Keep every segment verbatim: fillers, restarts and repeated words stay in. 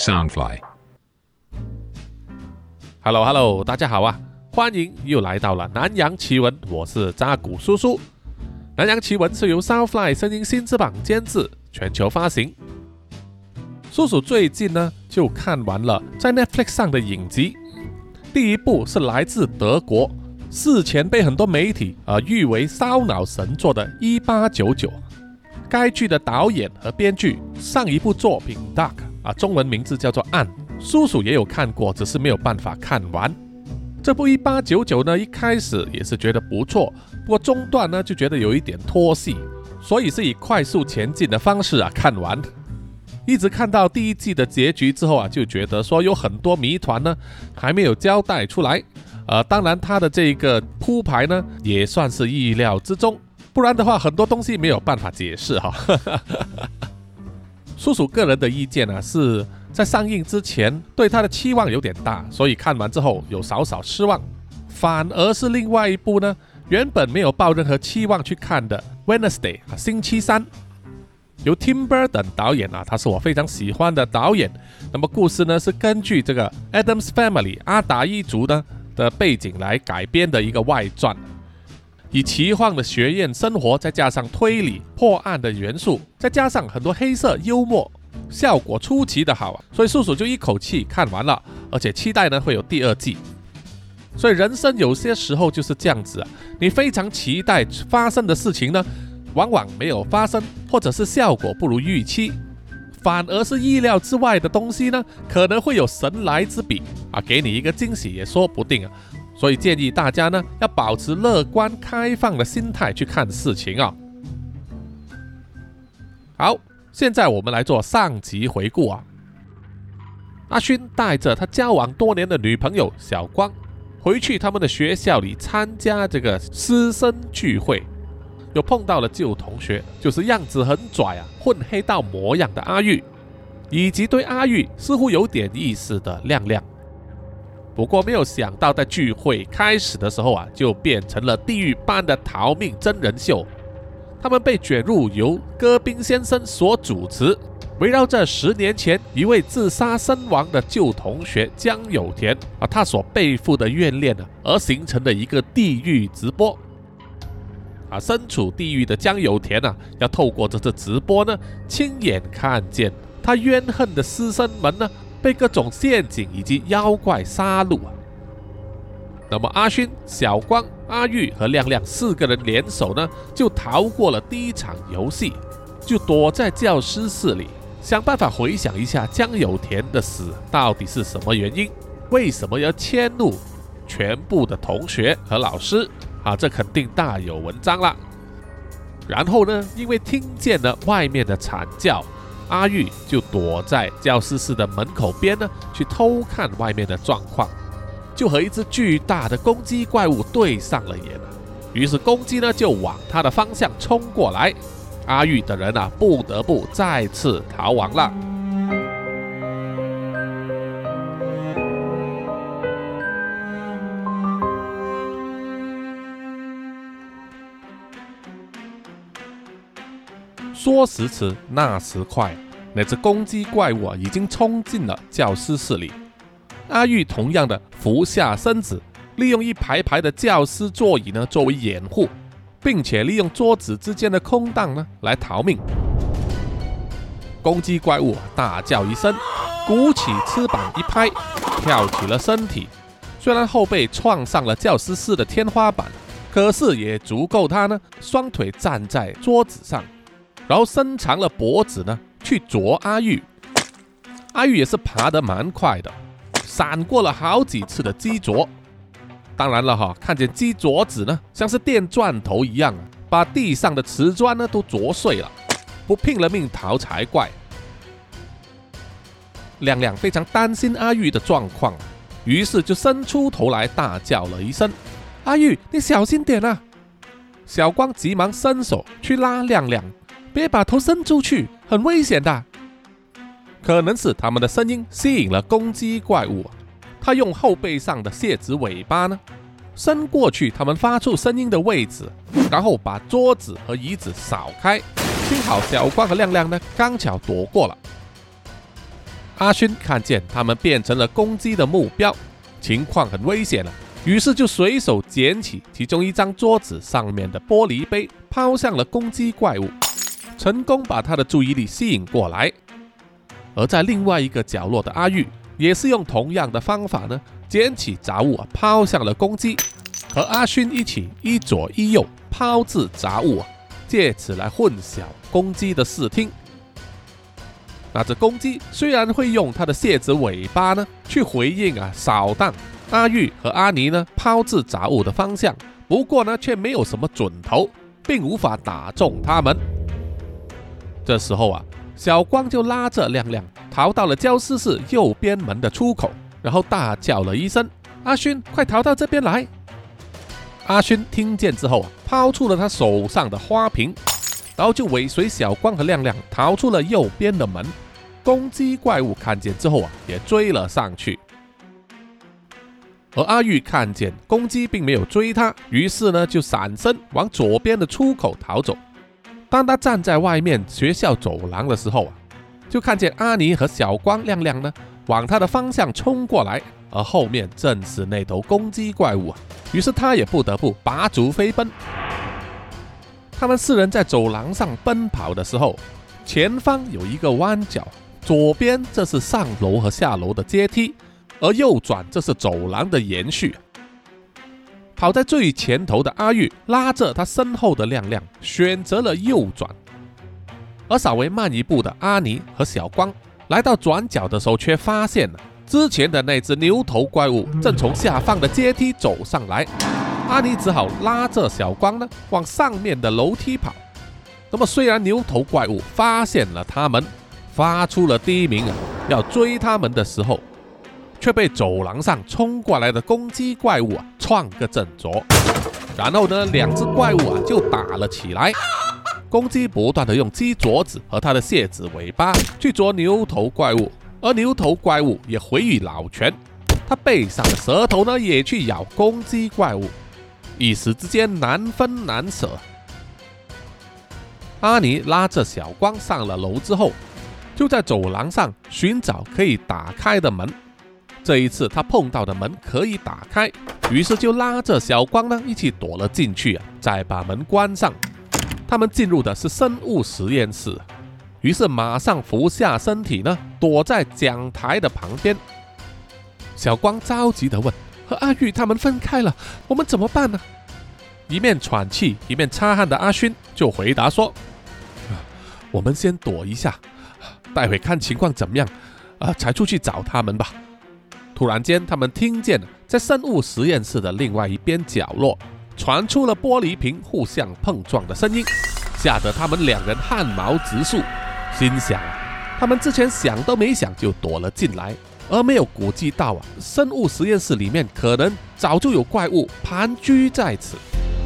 Soundfly。Hello Hello， 大家好啊，欢迎又来到了南洋奇闻，我是扎古叔叔。南洋奇闻是由 Soundfly 声音新翅膀监制，全球发行。叔叔最近呢就看完了在 Netflix 上的影集，第一部是来自德国，事前被很多媒体呃誉为烧脑神作的一八九九。该剧的导演和编剧上一部作品 Dark 啊，中文名字叫做暗，叔叔也有看过，只是没有办法看完。这部一八九九呢，一开始也是觉得不错，不过中段呢就觉得有一点拖戏，所以是以快速前进的方式啊看完，一直看到第一季的结局之后啊，就觉得说有很多谜团呢还没有交代出来。呃，当然他的这个铺排呢也算是意料之中，不然的话很多东西没有办法解释哈。叔叔个人的意见呢、啊、是。在上映之前对他的期望有点大，所以看完之后有少少失望。反而是另外一部呢，原本没有抱任何期望去看的 Wednesday 星期三，由 Tim Burton 导演啊，他是我非常喜欢的导演。那么故事呢是根据这个 Addams Family 阿达一族呢的背景来改编的一个外传，以奇幻的学院生活，再加上推理破案的元素，再加上很多黑色幽默，效果出奇的好啊，所以叔叔就一口气看完了，而且期待呢会有第二季。所以人生有些时候就是这样子啊，你非常期待发生的事情呢，往往没有发生，或者是效果不如预期，反而是意料之外的东西呢，可能会有神来之笔啊，给你一个惊喜也说不定啊。所以建议大家呢要保持乐观开放的心态去看事情啊。好。现在我们来做上集回顾啊。阿勋带着他交往多年的女朋友小光回去他们的学校里参加这个师生聚会，又碰到了旧同学，就是样子很拽啊、混黑道模样的阿玉，以及对阿玉似乎有点意思的亮亮。不过没有想到在聚会开始的时候啊，就变成了地狱般的逃命真人秀。他们被卷入由戈宾先生所主持，围绕着十年前一位自杀身亡的旧同学江有田啊，他所背负的怨念呢，而形成的一个地狱直播啊。身处地狱的江有田啊，要透过这次直播呢，亲眼看见他怨恨的师生们呢，被各种陷阱以及妖怪杀戮啊。那么阿勋、小光、阿玉和亮亮四个人联手呢，就逃过了第一场游戏，就躲在教师室里，想办法回想一下江有田的死到底是什么原因，为什么要迁怒全部的同学和老师啊？这肯定大有文章啦。然后呢，因为听见了外面的惨叫，阿玉就躲在教师室的门口边呢，去偷看外面的状况。就和一只巨大的公鸡怪物对上了眼，于是公鸡呢就往他的方向冲过来，阿玉的人啊不得不再次逃亡了。说时迟，那时快，那只公鸡怪物啊已经冲进了教师室里。阿玉同样的俯下身子，利用一排排的教师座椅呢作为掩护，并且利用桌子之间的空档呢来逃命。公鸡怪物大叫一声，鼓起翅膀一拍，跳起了身体。虽然后背撞上了教师室的天花板，可是也足够他呢双腿站在桌子上，然后伸长了脖子呢去啄阿玉。阿玉也是爬得蛮快的，闪过了好几次的鸡啄。当然了哈，看见鸡啄子呢像是电钻头一样，把地上的瓷砖呢都啄碎了，不拼了命逃才怪。亮亮非常担心阿玉的状况，于是就伸出头来大叫了一声：阿玉，你小心点啊！小光急忙伸手去拉亮亮，别把头伸出去，很危险的。可能是他们的声音吸引了公鸡怪物，他用后背上的蟹子尾巴呢伸过去他们发出声音的位置，然后把桌子和椅子扫开。幸好小光和亮亮呢刚巧躲过了。 阿勋看见他们变成了攻击的目标，情况很危险了，于是就随手捡起其中一张桌子上面的玻璃杯，抛向了攻击怪物，成功把他的注意力吸引过来。而在另外一个角落的阿玉也是用同样的方法呢，捡起杂物啊，抛向了公鸡，和阿勋一起一左一右抛掷杂物啊，借此来混淆公鸡的视听。那这公鸡虽然会用它的蟹子尾巴呢去回应啊扫荡阿玉和阿尼呢抛掷杂物的方向，不过呢却没有什么准头，并无法打中他们。这时候啊，小光就拉着亮亮逃到了教师室右边门的出口，然后大叫了一声：“阿勋，快逃到这边来！”阿勋听见之后啊，抛出了他手上的花瓶，然后就尾随小光和亮亮逃出了右边的门。公鸡怪物看见之后啊，也追了上去。而阿玉看见公鸡并没有追他，于是呢就闪身往左边的出口逃走。当他站在外面学校走廊的时候啊，就看见阿尼和小光、亮亮呢往他的方向冲过来，而后面正是那头公鸡怪物啊，于是他也不得不拔足飞奔。他们四人在走廊上奔跑的时候，前方有一个弯角，左边这是上楼和下楼的阶梯，而右转这是走廊的延续。跑在最前头的阿玉拉着他身后的亮亮选择了右转，而稍微慢一步的阿尼和小光来到转角的时候，却发现了之前的那只牛头怪物正从下方的阶梯走上来。阿尼只好拉着小光呢往上面的楼梯跑。那么虽然牛头怪物发现了他们，发出了第一鸣啊，要追他们的时候，却被走廊上冲过来的公鸡怪物啊撞个正着。然后呢，两只怪物啊就打了起来。公鸡不断的用鸡爪子和它的蟹子尾巴去啄牛头怪物，而牛头怪物也回以老拳，它背上的舌头呢也去咬公鸡怪物，一时之间难分难舍。阿尼拉着小光上了楼之后，就在走廊上寻找可以打开的门。这一次他碰到的门可以打开，于是就拉着小光呢一起躲了进去啊，再把门关上。他们进入的是生物实验室，于是马上俯下身体呢，躲在讲台的旁边。小光着急地问：“和阿玉他们分开了，我们怎么办呢？”一面喘气一面擦汗的阿勋就回答说：“我们先躲一下，待会看情况怎么样，呃，才出去找他们吧。”突然间，他们听见在生物实验室的另外一边角落传出了玻璃瓶互相碰撞的声音，吓得他们两人汗毛直竖，心想啊，他们之前想都没想就躲了进来，而没有估计到啊，生物实验室里面可能早就有怪物盘踞在此。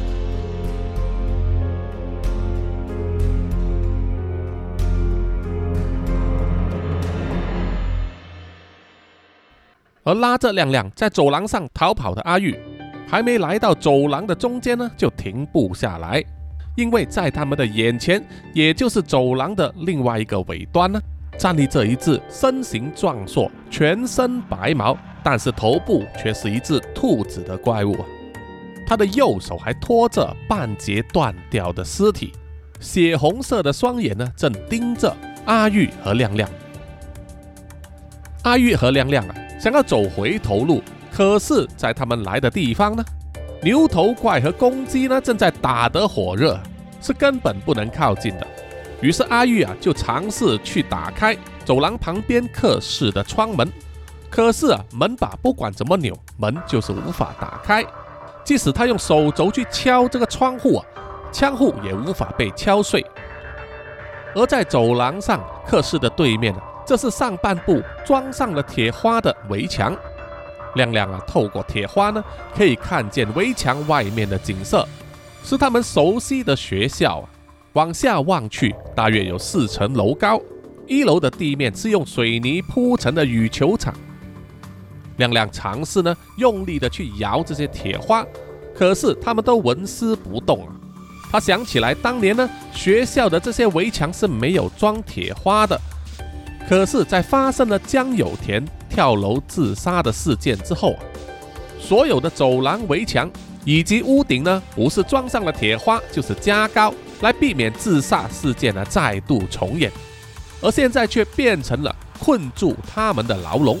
而拉着亮亮在走廊上逃跑的阿玉，还没来到走廊的中间呢，就停步下来，因为在他们的眼前，也就是走廊的另外一个尾端呢，站立着一只身形壮硕、全身白毛，但是头部却是一只兔子的怪物。他的右手还拖着半截断掉的尸体，血红色的双眼呢，正盯着阿玉和亮亮。阿玉和亮亮啊，想要走回头路，可是在他们来的地方呢，牛头怪和公鸡呢正在打得火热，是根本不能靠近的。于是阿玉啊就尝试去打开走廊旁边客室的窗门，可是啊门把不管怎么扭，门就是无法打开。即使他用手肘去敲这个窗户啊，窗户也无法被敲碎。而在走廊上客室的对面啊，这是上半部装上了铁花的围墙。亮亮啊，透过铁花呢，可以看见围墙外面的景色，是他们熟悉的学校啊。往下望去，大约有四层楼高。一楼的地面是用水泥铺成的羽球场。亮亮尝试呢，用力的去摇这些铁花，可是他们都纹丝不动啊。他想起来，当年呢，学校的这些围墙是没有装铁花的。 可是，在发生了江有田跳楼自杀的事件之后啊，所有的走廊围墙以及屋顶呢，不是装上了铁花，就是加高，来避免自杀事件呢再度重演。而现在却变成了困住他们的牢笼。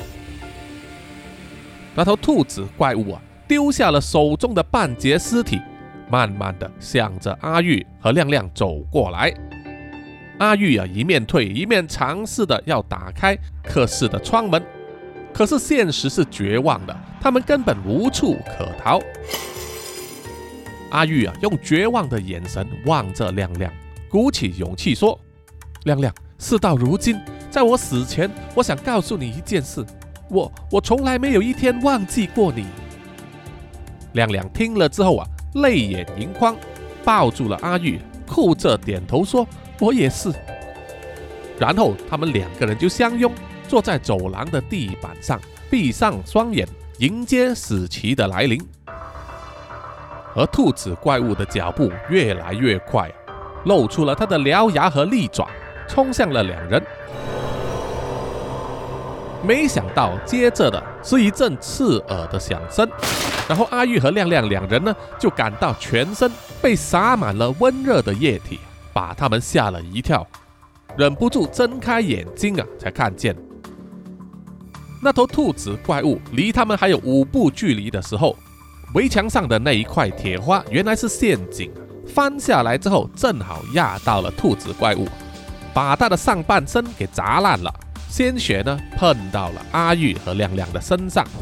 那头兔子怪物啊，丢下了手中的半截尸体，慢慢的向着阿玉和亮亮走过来。阿玉啊，一面退一面尝试的要打开客室的窗门，可是现实是绝望的，他们根本无处可逃。阿玉啊，用绝望的眼神望着亮亮，鼓起勇气说：“亮亮，事到如今，在我死前，我想告诉你一件事，我我从来没有一天忘记过你。”亮亮听了之后啊，泪眼盈眶，抱住了阿玉，哭着点头说：“我也是。”然后他们两个人就相拥，坐在走廊的地板上，闭上双眼，迎接死期的来临。而兔子怪物的脚步越来越快，露出了他的獠牙和利爪，冲向了两人。没想到接着的是一阵刺耳的响声，然后阿玉和亮亮两人呢，就感到全身被洒满了温热的液体，把他们吓了一跳，忍不住睁开眼睛啊，才看见那头兔子怪物离他们还有五步距离的时候，围墙上的那一块铁花原来是陷阱，翻下来之后正好压到了兔子怪物，把他的上半身给砸烂了，鲜血呢碰到了阿玉和亮亮的身上。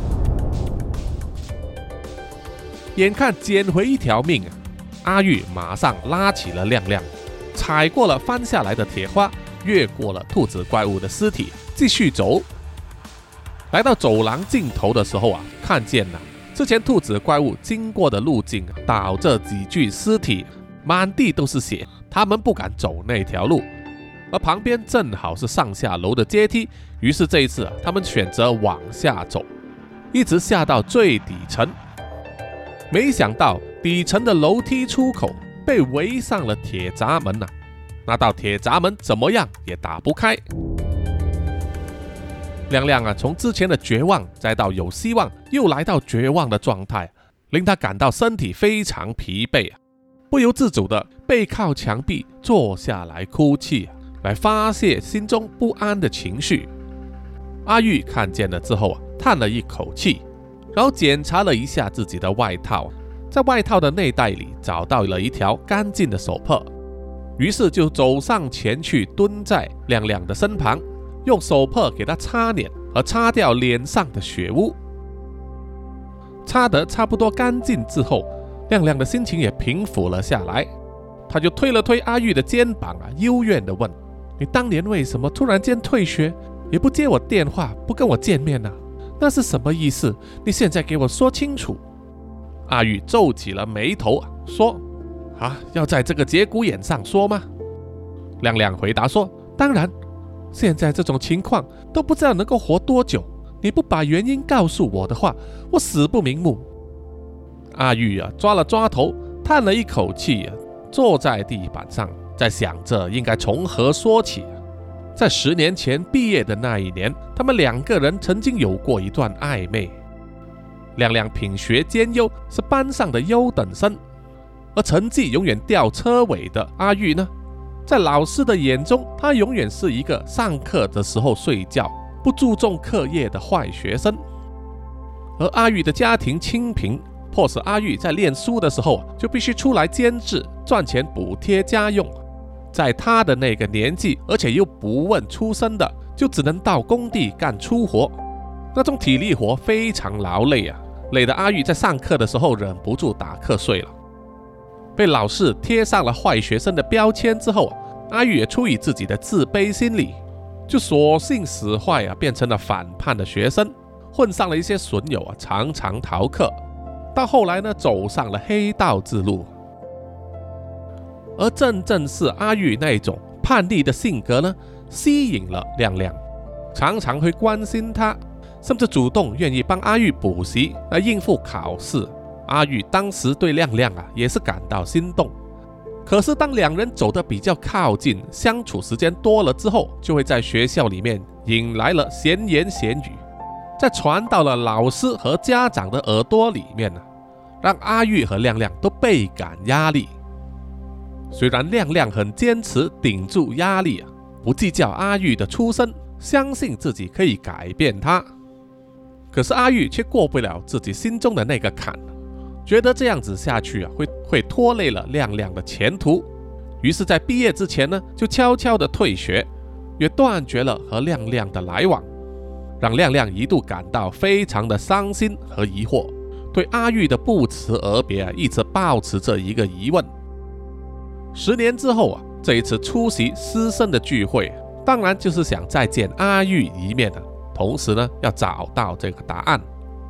眼看捡回一条命啊，阿玉马上拉起了亮亮，踩过了翻下来的铁花，越过了兔子怪物的尸体，继续走。来到走廊尽头的时候啊，看见了之前兔子怪物经过的路径，倒着几具尸体，满地都是血，他们不敢走那条路，而旁边正好是上下楼的阶梯，于是这一次、啊、他们选择往下走，一直下到最底层。没想到底层的楼梯出口被围上了铁闸门、啊、那道铁闸门怎么样也打不开。亮亮啊，从之前的绝望再到有希望，又来到绝望的状态，令他感到身体非常疲惫、啊、不由自主的背靠墙壁坐下来哭泣、啊、来发泄心中不安的情绪。阿玉看见了之后啊，叹了一口气，然后检查了一下自己的外套，在外套的内袋里找到了一条干净的手帕，于是就走上前去，蹲在亮亮的身旁，用手帕给他擦脸和擦掉脸上的血污。擦得差不多干净之后，亮亮的心情也平复了下来，他就推了推阿玉的肩膀啊，幽怨地问：“你当年为什么突然间退学，也不接我电话，不跟我见面啊？那是什么意思？你现在给我说清楚。”阿玉皱起了眉头说：“啊，要在这个节骨眼上说吗？”亮亮回答说：“当然，现在这种情况都不知道能够活多久，你不把原因告诉我的话，我死不瞑目。”阿玉啊，抓了抓头，叹了一口气、啊、坐在地板上，在想着应该从何说起。在十年前毕业的那一年，他们两个人曾经有过一段暧昧。亮亮品学兼优，是班上的优等生，而成绩永远吊车尾的阿玉呢，在老师的眼中，他永远是一个上课的时候睡觉，不注重课业的坏学生。而阿玉的家庭清贫，迫使阿玉在念书的时候就必须出来兼职赚钱补贴家用。在他的那个年纪，而且又不问出身的，就只能到工地干粗活，那种体力活非常劳累啊，累得阿玉在上课的时候忍不住打瞌睡了。被老师贴上了坏学生的标签之后，阿玉也出于自己的自卑心理，就索性使坏啊，变成了反叛的学生，混上了一些损友啊，常常逃课，到后来呢，走上了黑道之路。而正正是阿玉那种叛逆的性格呢，吸引了亮亮，常常会关心他，甚至主动愿意帮阿玉补习来应付考试。阿玉当时对亮亮啊也是感到心动， 可是当两人走得比较靠近，相处时间多了之后，就会在学校里面引来了闲言闲语，再传到了老师和家长的耳朵里面，让阿玉和亮亮都倍感压力。虽然亮亮很坚持顶住压力，不计较阿玉的出身，相信自己可以改变他，可是阿玉却过不了自己心中的那个坎，觉得这样子下去啊，会会拖累了亮亮的前途，于是，在毕业之前呢，就悄悄的退学，也断绝了和亮亮的来往，让亮亮一度感到非常的伤心和疑惑，对阿玉的不辞而别啊，一直抱持着一个疑问。十年之后啊，这一次出席师生的聚会，当然就是想再见阿玉一面的，同时呢，要找到这个答案。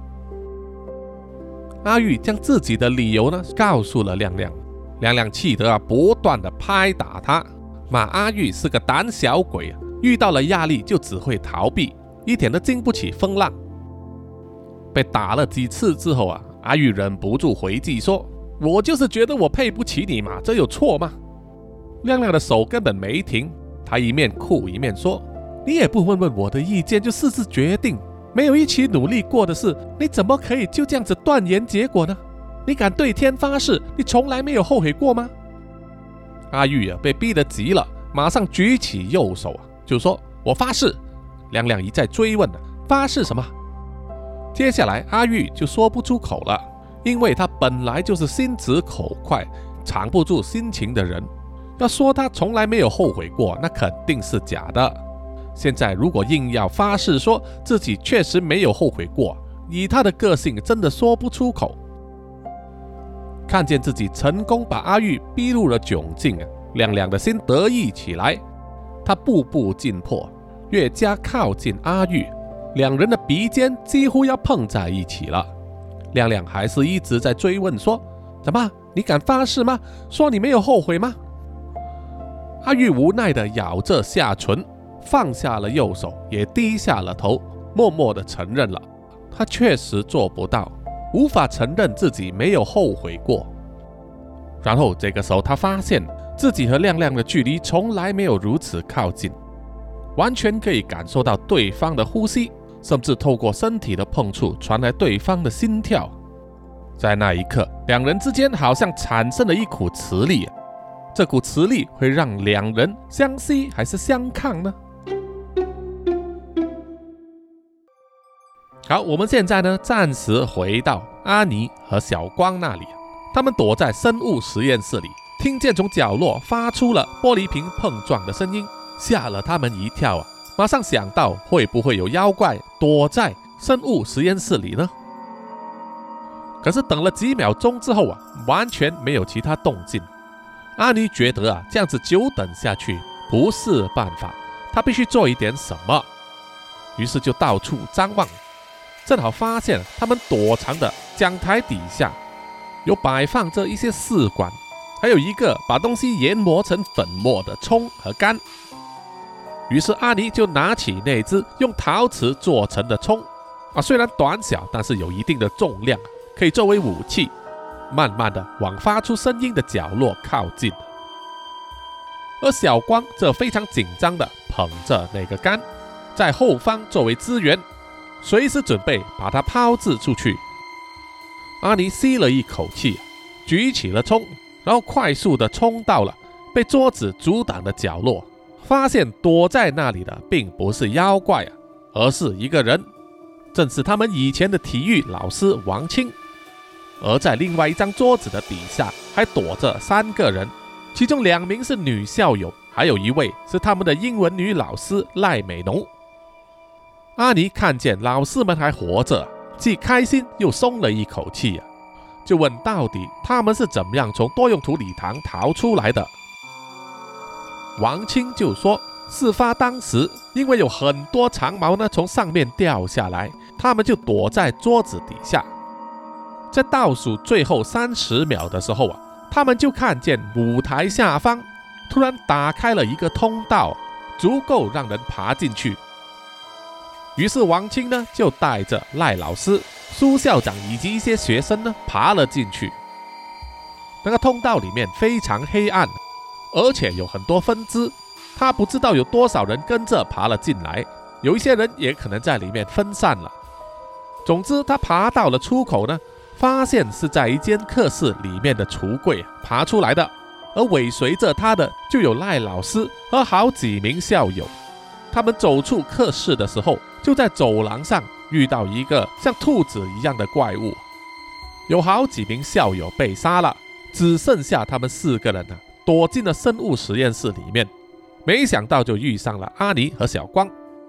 阿玉将自己的理由呢告诉了亮亮，亮亮气得啊不断的拍打他，骂阿玉是个胆小鬼啊，遇到了压力就只会逃避，一点都经不起风浪。被打了几次之后啊，阿玉忍不住回击说：“我就是觉得我配不起你嘛，这有错吗？”亮亮的手根本没停，他一面哭一面说：“你也不问问我的意见就私自决定，没有一起努力过的事，你怎么可以就这样子断言结果呢？你敢对天发誓，你从来没有后悔过吗？”阿玉啊，被逼得急了，马上举起右手啊，就说：“我发誓。”亮亮一再追问：“发誓什么？”接下来阿玉就说不出口了，因为他本来就是心直口快、藏不住心情的人。要说他从来没有后悔过，那肯定是假的。现在如果硬要发誓说自己确实没有后悔过，以他的个性真的说不出口。看见自己成功把阿玉逼入了窘境，亮亮的心得意起来，他步步进迫，越加靠近阿玉，两人的鼻尖几乎要碰在一起了。亮亮还是一直在追问说：“怎么，你敢发誓吗？说你没有后悔吗？”阿玉无奈地咬着下唇，放下了右手，也低下了头，默默地承认了，他确实做不到，无法承认自己没有后悔过。然后这个时候，他发现自己和亮亮的距离从来没有如此靠近，完全可以感受到对方的呼吸，甚至透过身体的碰触传来对方的心跳。在那一刻，两人之间好像产生了一股磁力，这股磁力会让两人相吸还是相抗呢？好，我们现在呢，暂时回到阿尼和小光那里。他们躲在生物实验室里，听见从角落发出了玻璃瓶碰撞的声音，吓了他们一跳啊！马上想到会不会有妖怪躲在生物实验室里呢？可是等了几秒钟之后啊，完全没有其他动静。阿尼觉得啊，这样子久等下去不是办法，他必须做一点什么。于是就到处张望，正好发现他们躲藏的讲台底下有摆放着一些试管，还有一个把东西研磨成粉末的葱和干。于是阿尼就拿起那只用陶瓷做成的葱啊，虽然短小，但是有一定的重量，可以作为武器，慢慢的往发出声音的角落靠近。而小光则非常紧张的捧着那个杆，在后方作为支援，随时准备把它抛掷出去。阿尼吸了一口气，举起了葱，然后快速的冲到了被桌子阻挡的角落，发现躲在那里的并不是妖怪啊，而是一个人，正是他们以前的体育老师王清。而在另外一张桌子的底下还躲着三个人，其中两名是女校友，还有一位是他们的英文女老师赖美浓。阿尼看见老师们还活着，既开心又松了一口气啊，就问到底他们是怎么样从多用途礼堂逃出来的。王清就说，事发当时因为有很多长毛呢从上面掉下来，他们就躲在桌子底下。在倒数最后三十秒的时候啊，他们就看见舞台下方突然打开了一个通道，足够让人爬进去。于是王清呢就带着赖老师、苏校长以及一些学生呢爬了进去。 那个通道里面非常黑暗，而且有很多分支，他不知道有多少人跟着爬了进来，有一些人也可能在里面分散了。总之他爬到了出口呢，发现是在一间客室里面的橱柜爬出来的，而尾随着他的就有赖老师和好几名校友。他们走出客室的时候，就在走廊上遇到一个像兔子一样的怪物，有好几名校友被杀了，只剩下他们四个人、啊、躲进了生物实验室里面。没想到就遇上了阿尼和小光。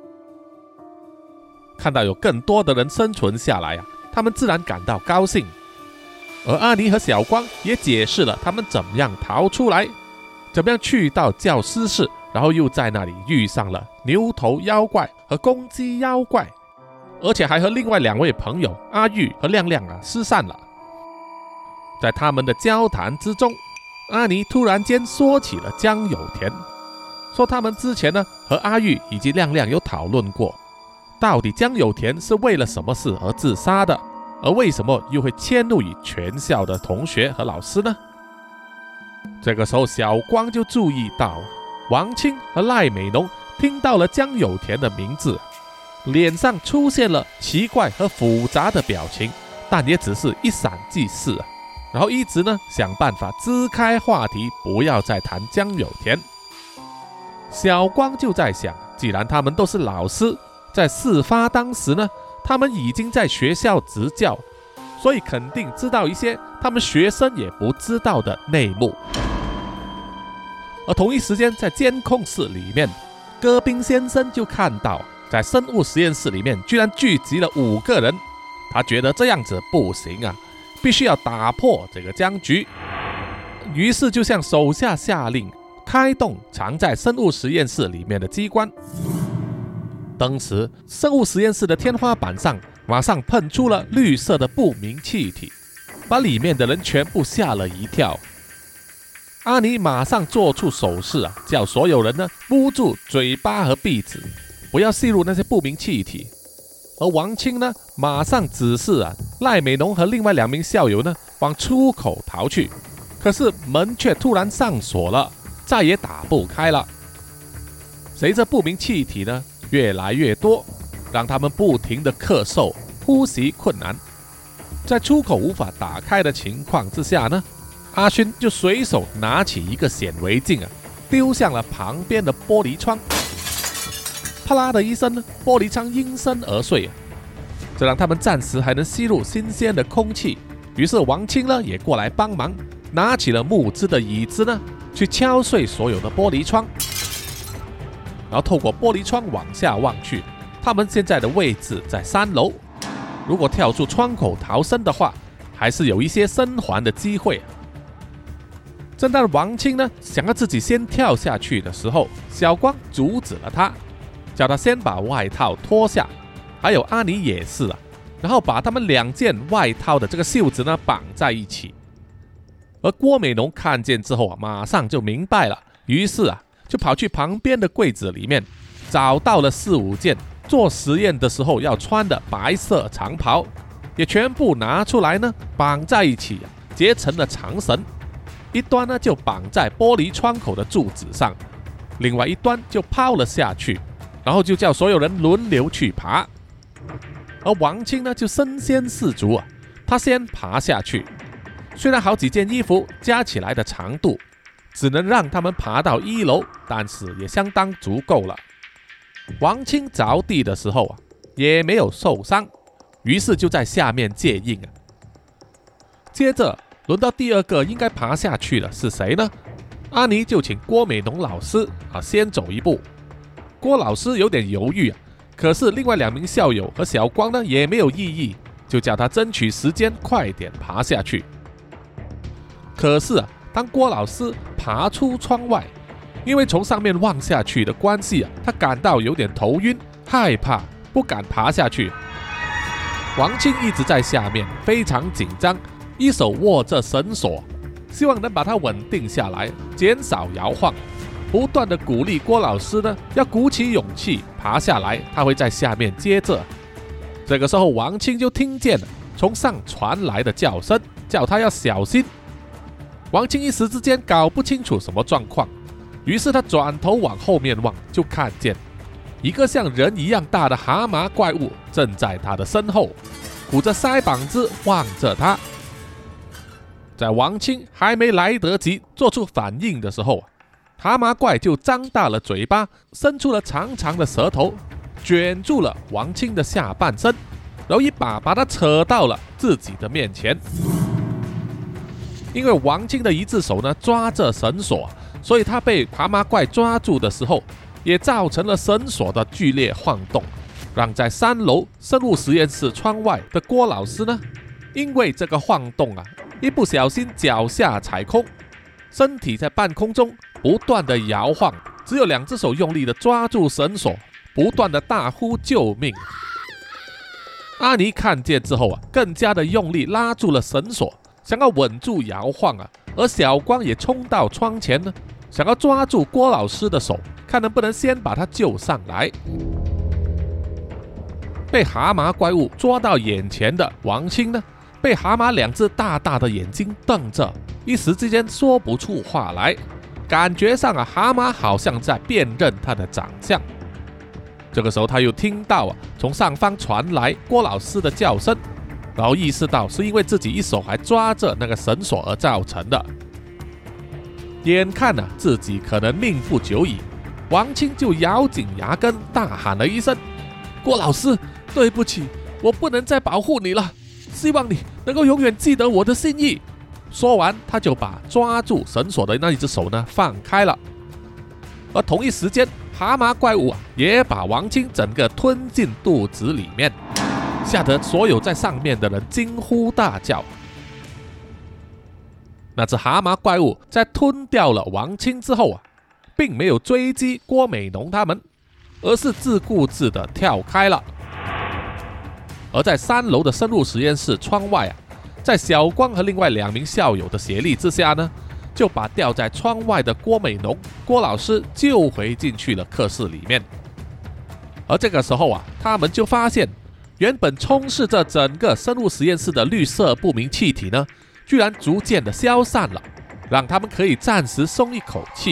看到有更多的人生存下来、啊、他们自然感到高兴。而阿尼和小光也解释了他们怎么样逃出来，怎么样去到教师室，然后又在那里遇上了牛头妖怪和公鸡妖怪，而且还和另外两位朋友阿玉和亮亮啊失散了。在他们的交谈之中，阿尼突然间说起了江有田，说他们之前呢和阿玉以及亮亮有讨论过，到底江有田是为了什么事而自杀的，而为什么又会迁怒于全校的同学和老师呢？这个时候小光就注意到王清和赖美浓听到了江有田的名字，脸上出现了奇怪和复杂的表情，但也只是一闪即逝，然后一直呢想办法支开话题，不要再谈江有田。小光就在想，既然他们都是老师，在事发当时呢，他们已经在学校执教，所以肯定知道一些他们学生也不知道的内幕。而同一时间，在监控室里面，戈宾先生就看到在生物实验室里面居然聚集了五个人，他觉得这样子不行啊，必须要打破这个僵局，于是就向手下下令开动藏在生物实验室里面的机关。当时生物实验室的天花板上马上喷出了绿色的不明气体，把里面的人全部吓了一跳。阿尼马上做出手势啊，叫所有人呢捂住嘴巴和鼻子，不要吸入那些不明气体。而王清呢，马上指示啊赖美浓和另外两名校友呢往出口逃去，可是门却突然上锁了，再也打不开了。随着不明气体呢越来越多，让他们不停的咳嗽，呼吸困难。在出口无法打开的情况之下呢，阿勋就随手拿起一个显微镜啊，丢向了旁边的玻璃窗。啪啦的一声，玻璃窗应声而碎啊，这让他们暂时还能吸入新鲜的空气。于是王清呢也过来帮忙，拿起了木质的椅子呢，去敲碎所有的玻璃窗。然后透过玻璃窗往下望去，他们现在的位置在三楼，如果跳出窗口逃生的话，还是有一些生还的机会。正当王清呢想要自己先跳下去的时候，小光阻止了他，叫他先把外套脱下，还有阿尼也是啊，然后把他们两件外套的这个袖子呢绑在一起。而郭美浓看见之后啊，马上就明白了，于是啊就跑去旁边的柜子里面，找到了四五件做实验的时候要穿的白色长袍，也全部拿出来呢，绑在一起，结成了长绳，一端呢就绑在玻璃窗口的柱子上，另外一端就抛了下去，然后就叫所有人轮流去爬。而王清呢就身先士卒啊，他先爬下去，虽然好几件衣服加起来的长度只能让他们爬到一楼，但是也相当足够了。王清着地的时候啊，也没有受伤，于是就在下面接应啊。接着轮到第二个应该爬下去的是谁呢？阿尼就请郭美浓老师啊先走一步。郭老师有点犹豫啊，可是另外两名校友和小光呢也没有异议，就叫他争取时间，快点爬下去。可是啊，当郭老师爬出窗外，因为从上面望下去的关系啊，他感到有点头晕，害怕，不敢爬下去。王清一直在下面非常紧张，一手握着绳索，希望能把它稳定下来，减少摇晃，不断的鼓励郭老师呢要鼓起勇气爬下来，他会在下面接着。这个时候王清就听见了从上传来的叫声，叫他要小心。 王清一时之间搞不清楚什么状况，于是他转头往后面望，就看见一个像人一样大的蛤蟆怪物正在他的身后，鼓着腮帮子望着他。在王清还没来得及做出反应的时候，蛤蟆怪就张大了嘴巴，伸出了长长的舌头，卷住了王清的下半身，然后一把把他扯到了自己的面前。因为王清的一只手呢抓着绳索，所以他被蛤蟆怪抓住的时候，也造成了绳索的剧烈晃动，让在三楼生物实验室窗外的郭老师呢，因为这个晃动啊，一不小心脚下踩空，身体在半空中不断的摇晃，只有两只手用力的抓住绳索，不断的大呼救命。阿尼看见之后啊，更加的用力拉住了绳索，想要稳住摇晃啊，而小光也冲到窗前呢，想要抓住郭老师的手，看能不能先把他救上来。被蛤蟆怪物抓到眼前的王清呢，被蛤蟆两只大大的眼睛瞪着，一时之间说不出话来，感觉上啊，蛤蟆好像在辨认他的长相。这个时候他又听到啊，从上方传来郭老师的叫声，然后意识到是因为自己一手还抓着那个绳索而造成的。眼看啊自己可能命不久矣，王清就咬紧牙根大喊了一声：郭老师，对不起，我不能再保护你了，希望你能够永远记得我的心意。说完，他就把抓住绳索的那一只手呢放开了。而同一时间，蛤蟆怪物啊也把王清整个吞进肚子里面，吓得所有在上面的人惊呼大叫。那只蛤蟆怪物在吞掉了王清之后啊，并没有追击郭美浓他们，而是自顾自的跳开了。而在三楼的生物实验室窗外啊，在小光和另外两名校友的协力之下呢，就把吊在窗外的郭美浓、郭老师救回进去了课室里面。而这个时候啊，他们就发现，原本充斥着整个生物实验室的绿色不明气体呢，居然逐渐的消散了，让他们可以暂时松一口气。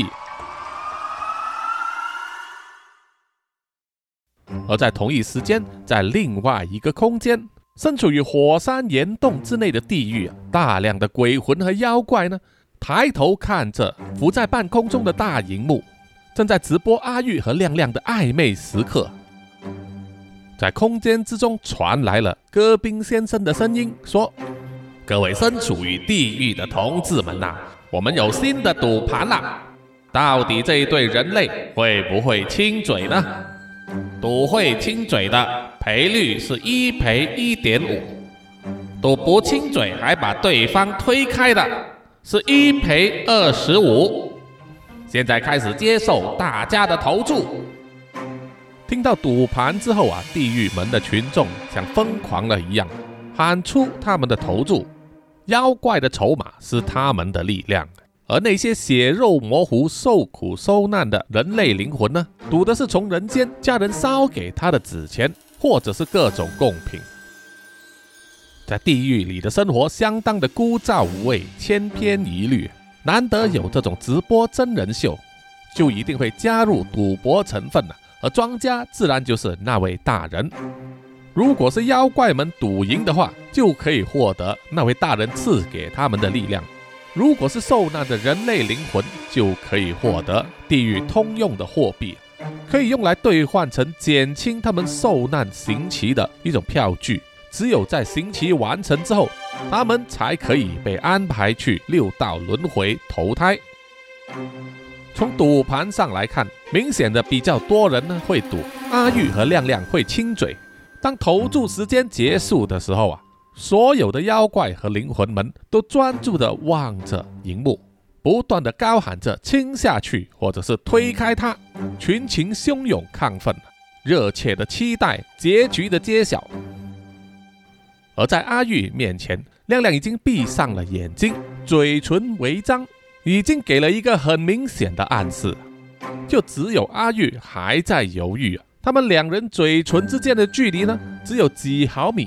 而在同一时间，在另外一个空间，身处于火山岩洞之内的地狱啊，大量的鬼魂和妖怪呢，抬头看着浮在半空中的大荧幕，正在直播阿玉和亮亮的暧昧时刻。在空间之中传来了戈宾先生的声音，说：各位身处于地狱的同志们啊，我们有新的赌盘啦！到底这一对人类会不会亲嘴呢？赌会亲嘴的赔率是一赔 一点五， 赌不亲嘴还把对方推开的是一赔二十五。现在开始接受大家的投注。听到赌盘之后啊，地狱门的群众像疯狂了一样，喊出他们的投注。妖怪的筹码是他们的力量，而那些血肉模糊、受苦受难的人类灵魂呢，赌的是从人间家人烧给他的纸钱，或者是各种贡品。在地狱里的生活相当的枯燥无味、千篇一律，难得有这种直播真人秀，就一定会加入赌博成分，而庄家自然就是那位大人。如果是妖怪们赌赢的话，就可以获得那位大人赐给他们的力量；如果是受难的人类灵魂，就可以获得地狱通用的货币，可以用来兑换成减轻他们受难刑期的一种票据。只有在刑期完成之后，他们才可以被安排去六道轮回投胎。从赌盘上来看，明显的比较多人呢会赌阿玉和亮亮会亲嘴。当投注时间结束的时候啊，所有的妖怪和灵魂们都专注地望着荧幕，不断地高喊着亲下去或者是推开它，群情汹涌亢奋，热切地期待结局的揭晓。而在阿玉面前，亮亮已经闭上了眼睛，嘴唇微张，已经给了一个很明显的暗示，就只有阿玉还在犹豫。他们两人嘴唇之间的距离呢，只有几毫米，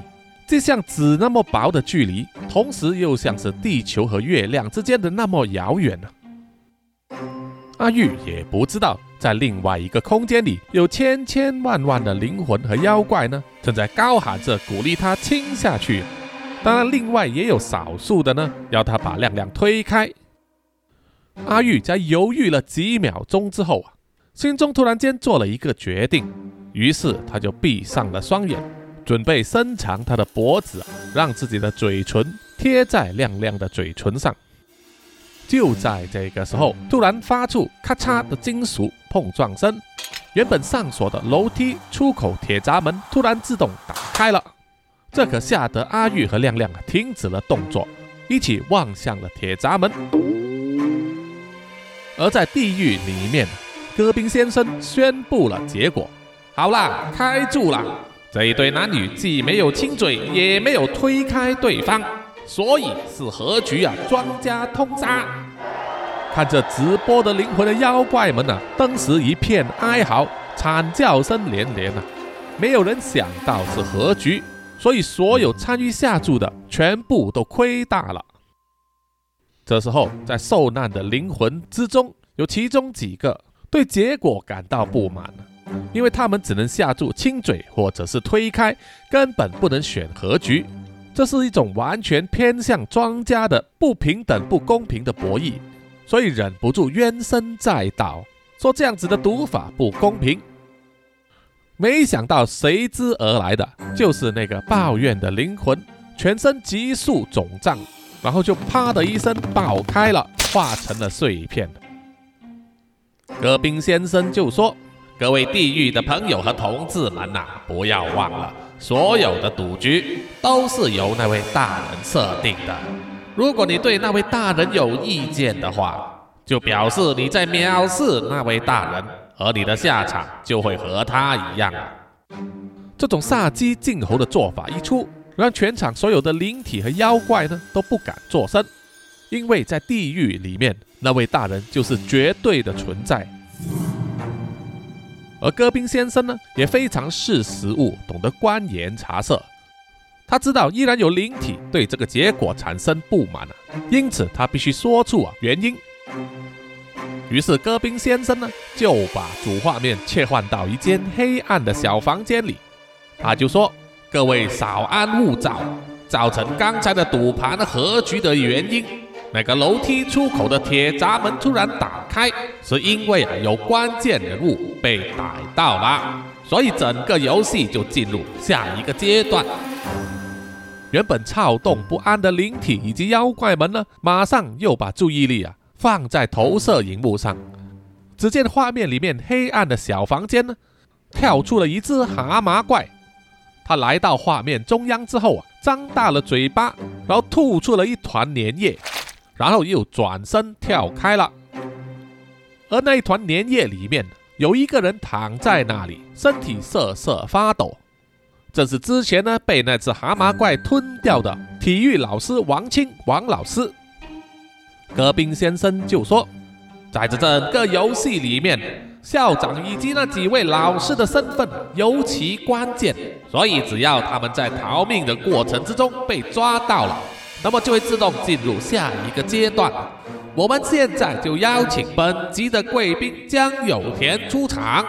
既像纸那么薄的距离，同时又像是地球和月亮之间的那么遥远呢、啊。阿玉也不知道，在另外一个空间里，有千千万万的灵魂和妖怪呢，正在高喊着鼓励他亲下去。当然，另外也有少数的呢，要他把亮亮推开。阿玉在犹豫了几秒钟之后啊，心中突然间做了一个决定，于是他就闭上了双眼，准备伸长他的脖子，让自己的嘴唇贴在亮亮的嘴唇上。就在这个时候，突然发出咔嚓的金属碰撞声，原本上锁的楼梯出口铁闸门突然自动打开了。这可吓得阿玉和亮亮停止了动作，一起望向了铁闸门。而在地狱里面，戈宾先生宣布了结果：好啦，开住啦！这一对男女既没有亲嘴，也没有推开对方，所以是何局啊？庄家通杀！看着直播的灵魂的妖怪们啊，当时一片哀嚎，惨叫声连连啊！没有人想到是何局。所以所有参与下注的全部都亏大了。这时候，在受难的灵魂之中，有其中几个对结果感到不满，因为他们只能下注亲嘴或者是推开，根本不能选和局。这是一种完全偏向庄家的不平等、不公平的博弈，所以忍不住怨声载道，说这样子的赌法不公平。没想到随之而来的就是那个抱怨的灵魂，全身急速肿胀，然后就啪的一声爆开了，化成了碎片。戈宾先生就说：各位地狱的朋友和同志们啊，不要忘了，所有的赌局都是由那位大人设定的。如果你对那位大人有意见的话，就表示你在藐视那位大人，而你的下场就会和他一样。这种杀鸡儆猴的做法一出，让全场所有的灵体和妖怪呢都不敢作声，因为在地狱里面，那位大人就是绝对的存在。而戈宾先生呢，也非常识时务，懂得观言察色。他知道依然有灵体对这个结果产生不满、啊、因此他必须说出、啊、原因。于是戈宾先生呢，就把主画面切换到一间黑暗的小房间里。他就说：各位稍安勿躁，造成刚才的赌盘和局的原因，那个楼梯出口的铁闸门突然打开，是因为、啊、有关键人物被逮到了，所以整个游戏就进入下一个阶段。原本躁动不安的灵体以及妖怪们呢，马上又把注意力啊放在投射荧幕上。只见画面里面黑暗的小房间呢，跳出了一只蛤蟆怪。他来到画面中央之后啊，张大了嘴巴，然后吐出了一团粘液，然后又转身跳开了。而那一团粘液里面有一个人躺在那里，身体瑟瑟发抖。正是之前呢被那只蛤蟆怪吞掉的体育老师王清王老师。戈宾先生就说，在这整个游戏里面，校长以及那几位老师的身份尤其关键，所以只要他们在逃命的过程之中被抓到了，那么就会自动进入下一个阶段。我们现在就邀请本集的贵宾江有田出场。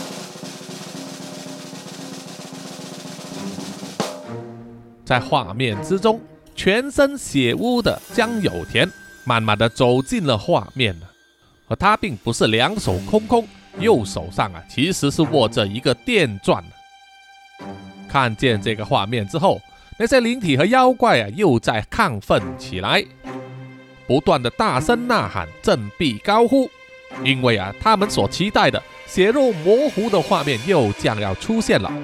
在画面之中，全身血污的江有田慢慢的走进了画面，而他并不是两手空空，右手上啊其实是握着一个电钻。看见这个画面之后，那些灵体和妖怪啊又在亢奋起来，不断的大声呐喊，振臂高呼，因为啊他们所期待的血肉模糊的画面又将要出现了。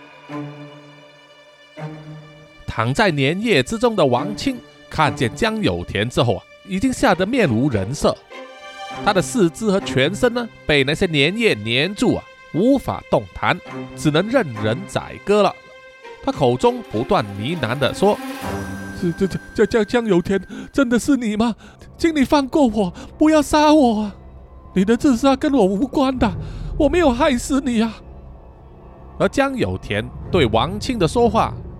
躺在粘液之中的王清看见江有田之后啊，已经吓得面无人色。他的四肢和全身呢，被那些粘液粘住啊，无法动弹，只能任人宰割了。他口中不断呢喃的说：“这这这这江有田，真的是你吗？请你放过我，不要杀我啊！你的自杀跟我无关的，我没有害死你啊！”而江有田对王清的说话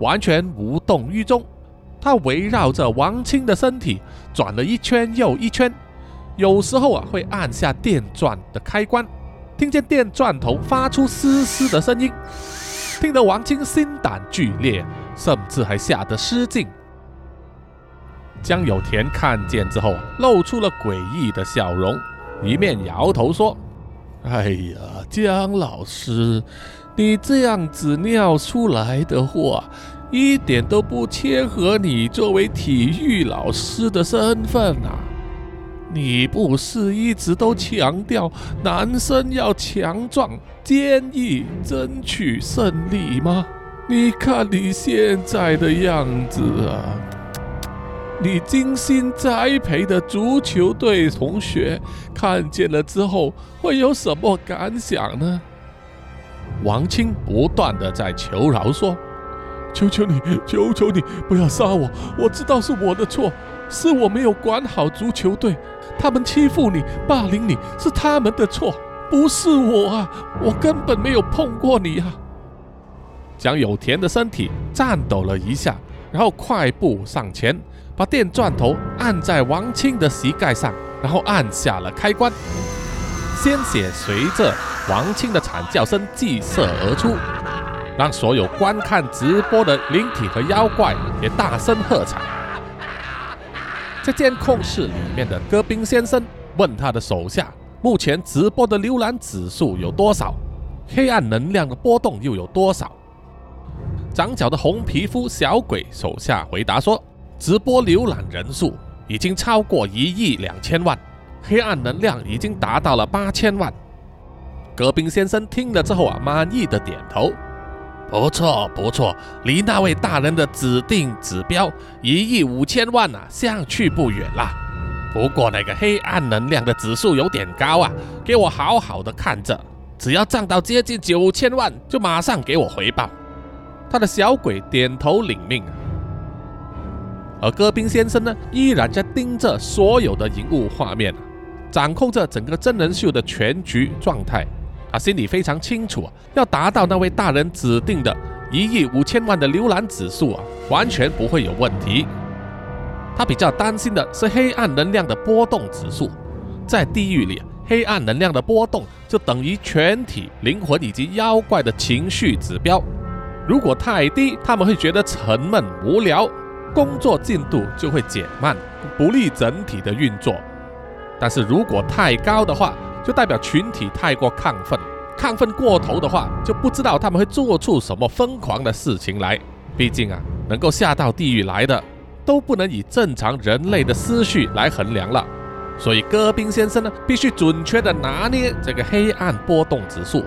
完全无动于衷。他围绕着王清的身体转了一圈又一圈，有时候啊会按下电钻的开关，听见电钻头发出嘶嘶的声音，听得王清心胆俱裂，甚至还吓得失禁。江有田看见之后，露出了诡异的笑容，一面摇头说：“哎呀，江老师，你这样子尿出来的话，一点都不切合你作为体育老师的身份啊！你不是一直都强调男生要强壮、坚毅、争取胜利吗？你看你现在的样子啊！你精心栽培的足球队同学看见了之后会有什么感想呢？”王清不断的在求饶说：“求求你，求求你，不要杀我！我知道是我的错，是我没有管好足球队，他们欺负你、霸凌你，是他们的错，不是我啊！我根本没有碰过你啊！”江有田的身体颤抖了一下，然后快步上前，把电钻头按在王清的膝盖上，然后按下了开关。鲜血随着王清的惨叫声激射而出，让所有观看直播的灵体和妖怪也大声喝彩。在监控室里面的戈宾先生问他的手下，目前直播的浏览指数有多少，黑暗能量的波动又有多少。长角的红皮肤小鬼手下回答说，直播浏览人数已经超过一亿两千万，黑暗能量已经达到了八千万。戈宾先生听了之后啊，满意的点头：“不错不错，离那位大人的指定指标一亿五千万啊，相去不远啦。不过那个黑暗能量的指数有点高啊，给我好好的看着，只要涨到接近九千万，就马上给我回报。”他的小鬼点头领命。而戈宾先生呢，依然在盯着所有的荧幕画面，掌控着整个真人秀的全局状态。他心里非常清楚，要达到那位大人指定的一亿五千万的浏览指数啊，完全不会有问题。他比较担心的是黑暗能量的波动指数，在地狱里，黑暗能量的波动就等于全体灵魂以及妖怪的情绪指标。如果太低，他们会觉得沉闷无聊，工作进度就会减慢，不利整体的运作。但是如果太高的话，就代表群体太过亢奋，亢奋过头的话，就不知道他们会做出什么疯狂的事情来。毕竟啊，能够下到地狱来的，都不能以正常人类的思绪来衡量了。所以戈宾先生呢，必须准确的拿捏这个黑暗波动指数。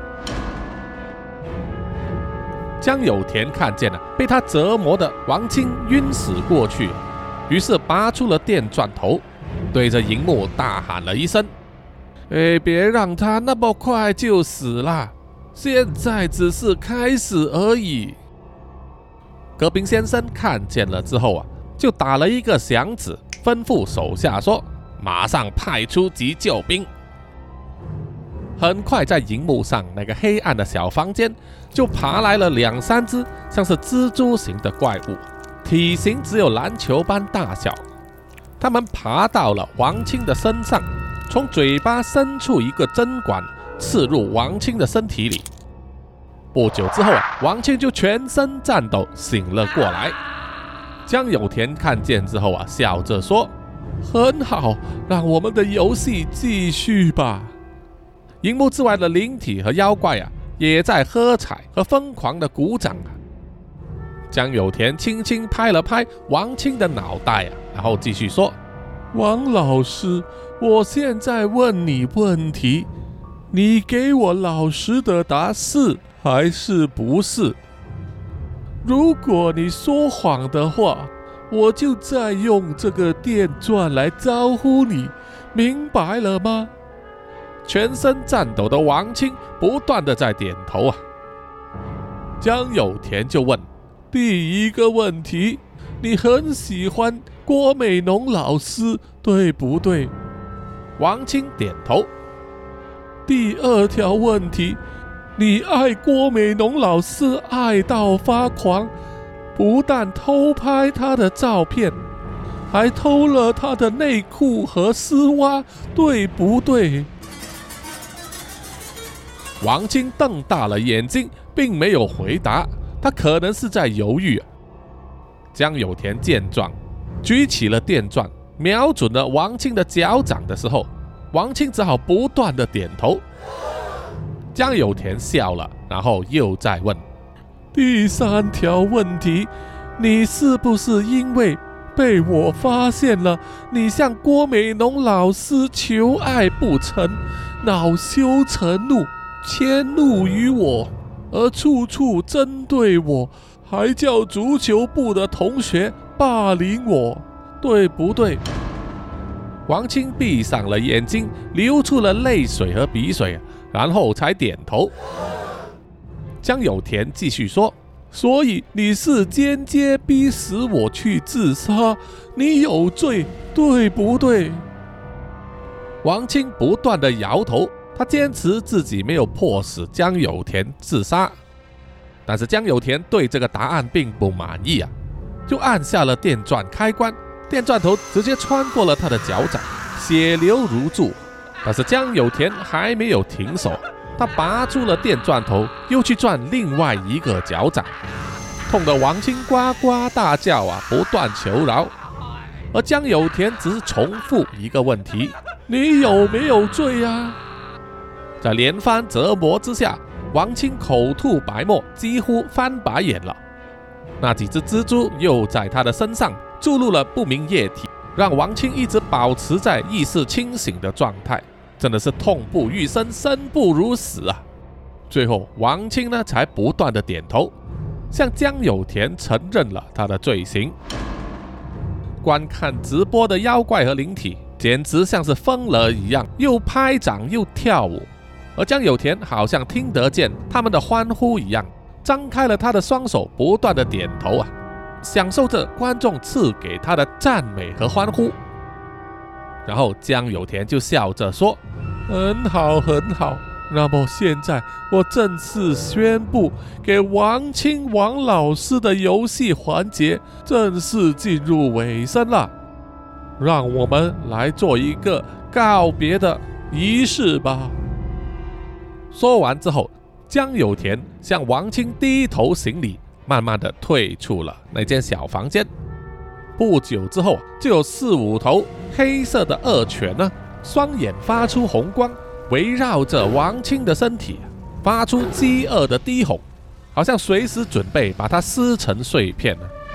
江有田看见了被他折磨的王清晕死过去，于是拔出了电钻头，对着荧幕大喊了一声：“哎，别让他那么快就死了，现在只是开始而已。”戈宾先生看见了之后啊，就打了一个响指，吩咐手下说：“马上派出急救兵。”很快在荧幕上那个黑暗的小房间就爬来了两三只像是蜘蛛型的怪物，体型只有篮球般大小。他们爬到了王清的身上，从嘴巴伸出一个针管，刺入王清的身体里。不久之后啊，王清就全身颤抖醒了过来。江有田看见之后啊，笑着说：“很好，让我们的游戏继续吧。”荧幕之外的灵体和妖怪啊，也在喝彩和疯狂的鼓掌啊。江有田轻轻拍了拍王清的脑袋啊，然后继续说：“王老师，我现在问你问题，你给我老实的答是还是不是？如果你说谎的话，我就再用这个电钻来招呼你，明白了吗？”全身颤抖的王清不断的在点头啊。江有田就问：“第一个问题，你很喜欢郭美浓老师，对不对？”王清点头。第二条问题，你爱郭美浓老师爱到发狂， 不但偷拍他的照片，还偷了他的内裤和丝袜，对不对？王清瞪大了眼睛，并没有回答，他可能是在犹豫。江有田见状，举起了电钻，瞄准了王清的脚掌的时候，王清只好不断的点头。江有田笑了，然后又再问：第三条问题，你是不是因为被我发现了你向郭美浓老师求爱不成，恼羞成怒，迁怒于我，而处处针对我，还叫足球部的同学霸凌我，对不对？王清闭上了眼睛，流出了泪水和鼻水，然后才点头。江有田继续说：所以你是间接逼使我去自杀，你有罪，对不对？王清不断地摇头，他坚持自己没有迫使江有田自杀。但是江有田对这个答案并不满意啊，就按下了电钻开关，电钻头直接穿过了他的脚掌，血流如注。但是江有田还没有停手，他拔出了电钻头，又去钻另外一个脚掌，痛得王清呱呱大叫啊，不断求饶。而江有田只是重复一个问题：你有没有罪啊？在连番折磨之下，王清口吐白沫，几乎翻白眼了。那几只蜘蛛又在他的身上注入了不明液体，让王清一直保持在意识清醒的状态，真的是痛不欲生，生不如死啊！最后，王清呢才不断的点头，向江有田承认了他的罪行。观看直播的妖怪和灵体简直像是疯了一样，又拍掌又跳舞，而江有田好像听得见他们的欢呼一样，张开了他的双手，不断的点头啊，享受着观众赐给他的赞美和欢呼。然后江有田就笑着说：很好很好，那么现在我正式宣布，给王清王老师的游戏环节正式进入尾声了，让我们来做一个告别的仪式吧。说完之后，江有田向王清低头行礼，慢慢的退出了那间小房间。不久之后，就有四五头黑色的恶犬呢，双眼发出红光，围绕着王清的身体，发出饥饿的低吼，好像随时准备把它撕成碎片。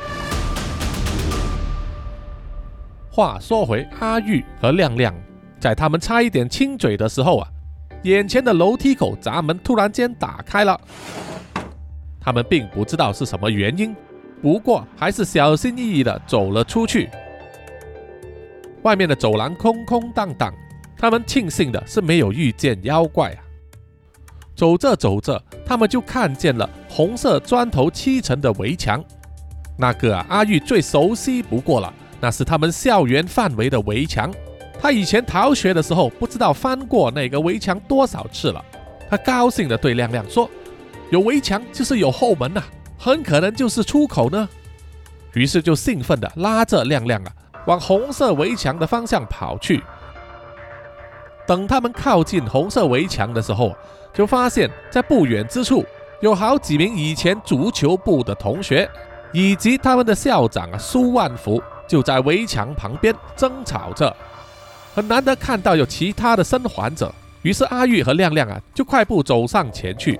话说回阿玉和亮亮，在他们差一点亲嘴的时候啊，眼前的楼梯口闸门突然间打开了。他们并不知道是什么原因，不过还是小心翼翼地走了出去。外面的走廊空空荡荡，他们庆幸的是没有遇见妖怪啊。走着走着，他们就看见了红色砖头砌成的围墙。那个啊，阿玉最熟悉不过了，那是他们校园范围的围墙。他以前逃学的时候，不知道翻过那个围墙多少次了。他高兴地对亮亮说：有围墙就是有后门啊，很可能就是出口呢。于是就兴奋地拉着亮亮啊，往红色围墙的方向跑去。等他们靠近红色围墙的时候，就发现在不远之处有好几名以前足球部的同学，以及他们的校长啊苏万福，就在围墙旁边争吵着。很难得看到有其他的生还者，于是阿玉和亮亮啊就快步走上前去。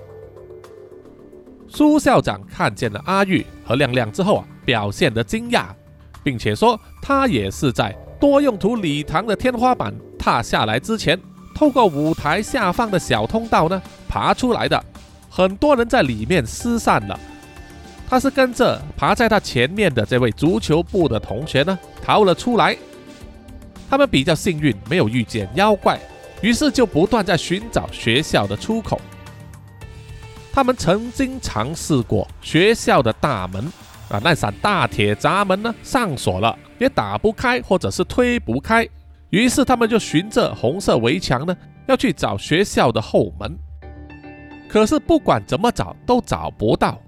苏校长看见了阿玉和亮亮之后啊，表现得惊讶，并且说他也是在多用途礼堂的天花板踏下来之前，透过舞台下方的小通道呢爬出来的。很多人在里面失散了，他是跟着爬在他前面的这位足球部的同学呢逃了出来。他们比较幸运，没有遇见妖怪，于是就不断在寻找学校的出口。他们曾经尝试过学校的大门啊，那扇大铁闸门呢上锁了，也打不开或者是推不开，于是他们就循着红色围墙呢要去找学校的后门。可是不管怎么找都找不到，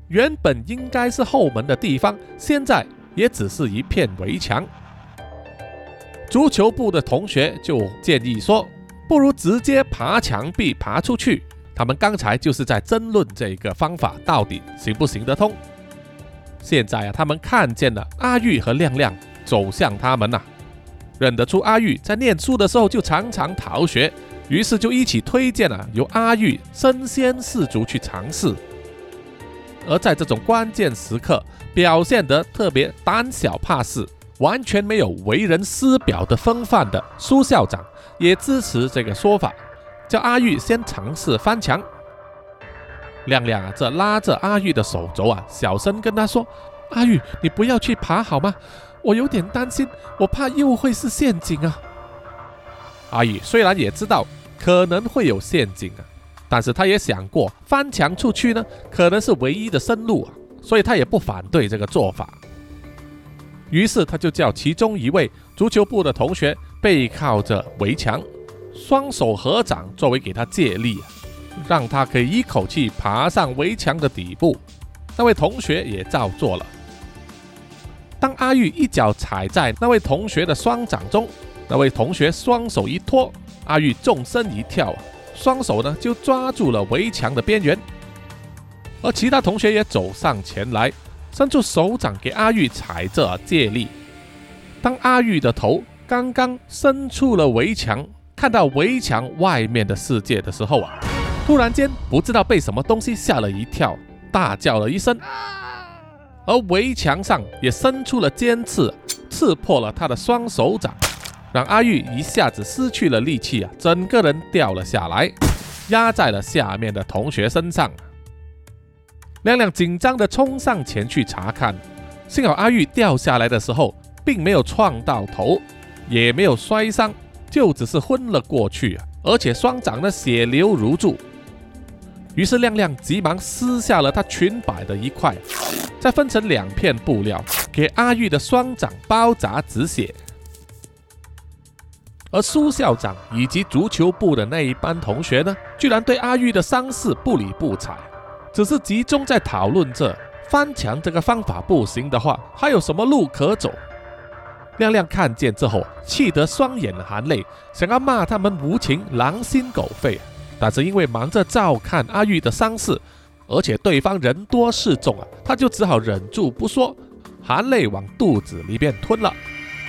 原本应该是后门的地方，现在也只是一片围墙。足球部的同学就建议说，不如直接爬墙壁爬出去。他们刚才就是在争论这个方法到底行不行得通。现在啊，他们看见了阿玉和亮亮走向他们啊，认得出阿玉在念书的时候就常常逃学，于是就一起推荐啊，由阿玉身先士卒去尝试。而在这种关键时刻，表现得特别胆小怕事，完全没有为人师表的风范的苏校长也支持这个说法，叫阿玉先尝试翻墙。亮亮啊，这拉着阿玉的手肘啊，小声跟他说：“阿玉，你不要去爬好吗？我有点担心，我怕又会是陷阱啊。”阿玉虽然也知道可能会有陷阱啊，但是他也想过翻墙出去呢，可能是唯一的生路啊，所以他也不反对这个做法。于是他就叫其中一位足球部的同学背靠着围墙，双手合掌作为给他借力，让他可以一口气爬上围墙的底部。那位同学也照做了。当阿玉一脚踩在那位同学的双掌中，那位同学双手一拖，阿玉纵身一跳，双手呢就抓住了围墙的边缘。而其他同学也走上前来，伸出手掌给阿玉踩着借力。当阿玉的头刚刚伸出了围墙，看到围墙外面的世界的时候啊，突然间不知道被什么东西吓了一跳，大叫了一声，而围墙上也伸出了尖刺，刺破了他的双手掌，让阿玉一下子失去了力气啊，整个人掉了下来，压在了下面的同学身上。亮亮紧张地冲上前去查看，幸好阿玉掉下来的时候并没有撞到头，也没有摔伤，就只是昏了过去，而且双掌的血流如注。于是亮亮急忙撕下了他裙摆的一块，再分成两片布料，给阿玉的双掌包扎止血。而苏校长以及足球部的那一班同学呢，居然对阿玉的伤势不理不睬，只是集中在讨论这翻墙这个方法不行的话，还有什么路可走。亮亮看见之后，气得双眼含泪，想要骂他们无情、狼心狗肺，但是因为忙着照看阿玉的伤势，而且对方人多势众啊，他就只好忍住不说，含泪往肚子里面吞了。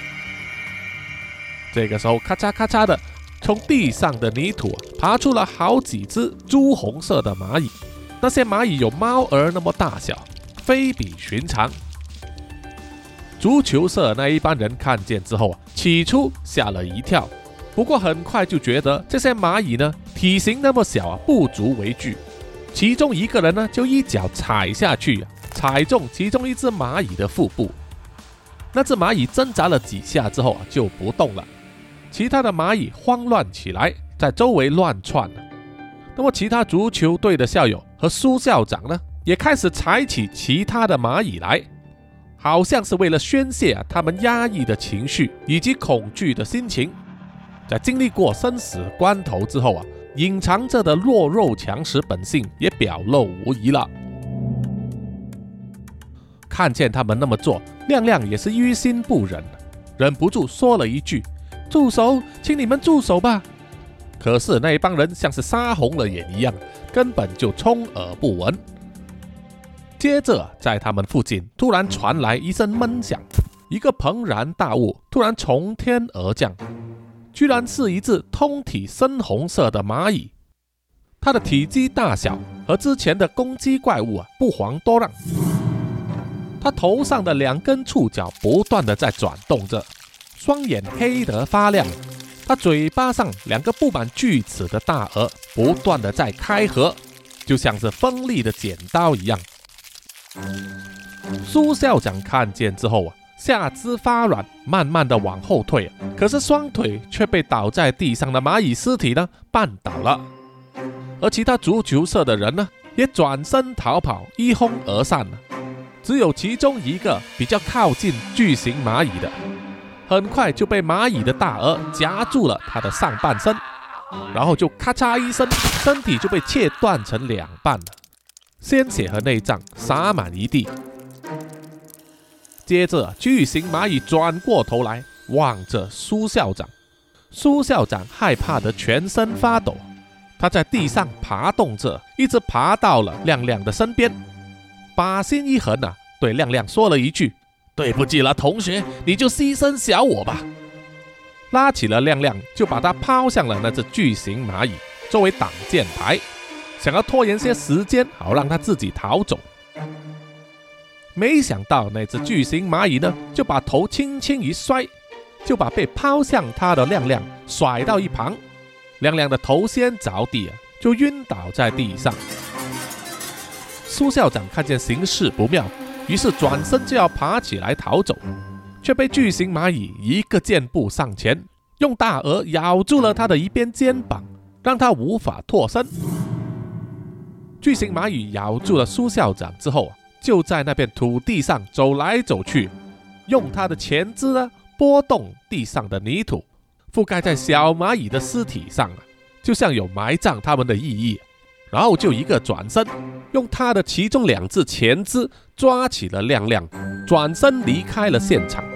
这个时候，咔嚓咔嚓的，从地上的泥土、啊、爬出了好几只朱红色的蚂蚁，那些蚂蚁有猫儿那么大小，非比寻常。足球社那一班人看见之后啊，起初吓了一跳，不过很快就觉得这些蚂蚁呢体型那么小啊，不足为惧。其中一个人呢就一脚踩下去，踩中其中一只蚂蚁的腹部。那只蚂蚁挣扎了几下之后啊，就不动了。其他的蚂蚁慌乱起来，在周围乱窜。那么其他足球队的校友和苏校长呢，也开始踩起其他的蚂蚁来，好像是为了宣泄、啊、他们压抑的情绪以及恐惧的心情。在经历过生死关头之后啊，隐藏着的弱肉强食本性也表露无遗了。看见他们那么做，亮亮也是于心不忍，忍不住说了一句：“住手，请你们住手吧。”可是那一帮人像是杀红了眼一样，根本就充耳不闻。接着在他们附近突然传来一声闷响，一个庞然大物突然从天而降，居然是一只通体深红色的蚂蚁。它的体积大小和之前的公鸡怪物、啊、不遑多让。它头上的两根触角不断的在转动着，双眼黑得发亮。它嘴巴上两个布满锯齿的大颚不断的在开合，就像是锋利的剪刀一样。苏校长看见之后啊，下肢发软，慢慢的往后退，可是双腿却被倒在地上的蚂蚁尸体呢绊倒了。而其他足球社的人呢，也转身逃跑，一哄而散了。只有其中一个比较靠近巨型蚂蚁的，很快就被蚂蚁的大颚夹住了他的上半身，然后就咔嚓一声，身体就被切断成两半了。 鲜血和内脏洒满一地。接着，巨型蚂蚁转过头来望着苏校长，苏校长害怕得全身发抖，他在地上爬动着，一直爬到了亮亮的身边，把心一横啊，对亮亮说了一句：“对不起了，同学，你就牺牲小我吧。”拉起了亮亮，就把他抛向了那只巨型蚂蚁，作为挡箭牌，想要拖延些时间，好让他自己逃走。没想到那只巨型蚂蚁呢，就把头轻轻一摔，就把被抛向他的亮亮甩到一旁。亮亮的头先着地啊，就晕倒在地上。苏校长看见形势不妙，于是转身就要爬起来逃走，却被巨型蚂蚁一个箭步上前，用大颚咬住了他的一边肩膀，让他无法脱身。巨型蚂蚁咬住了苏校长之后，就在那片土地上走来走去，用它的前肢呢拨动地上的泥土，覆盖在小蚂蚁的尸体上，就像有埋葬它们的意义。然后就一个转身，用它的其中两只前肢抓起了亮亮，转身离开了现场。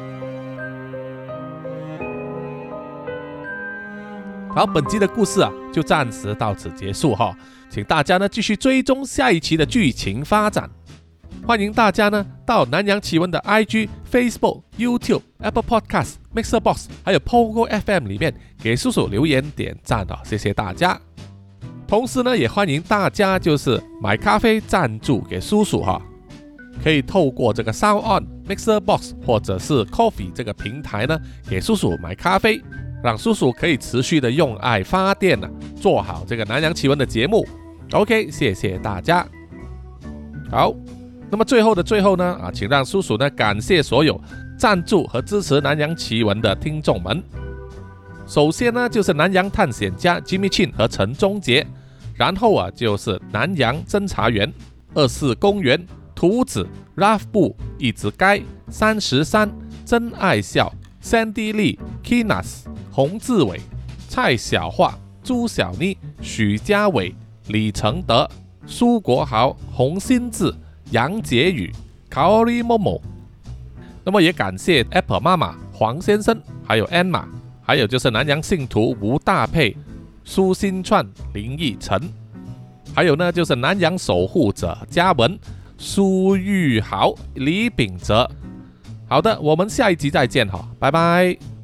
好，本集的故事啊，就暂时到此结束哈，请大家呢继续追踪下一期的剧情发展。欢迎大家呢到南洋奇闻的 I G、Facebook、YouTube、Apple Podcast、Mixerbox 还有 Pogo F M 里面给叔叔留言点赞哦，谢谢大家。同时呢，也欢迎大家就是买咖啡赞助给叔叔哈，可以透过这个 SoundOn、Mixerbox 或者是 Ko-fi 这个平台呢，给叔叔买咖啡，让叔叔可以持续的用爱发电呢，做好这个南洋奇闻的节目。OK， 谢谢大家。好。那么最后的最后呢，啊，请让叔叔呢感谢所有赞助和支持南洋奇闻的听众们。首先呢就是南洋探险家 Jimmy Chin 和陈忠杰，然后啊就是南洋侦查员、二四公园、图子、Ralph 布、一直该、三十三、真爱笑、Sandy Lee、Kinas、洪志伟、蔡小桦、朱小妮、许家伟、李承德、苏国豪、洪新志、杨杰宇、Kaori Momo。 那么也感谢 Apple 妈妈、黄先生，还有 Anna， 还有就是南洋信徒吴大佩、苏新串、林奕晨，还有呢就是南洋守护者嘉文、苏玉豪、李秉哲。好的，我们下一集再见哈，拜拜。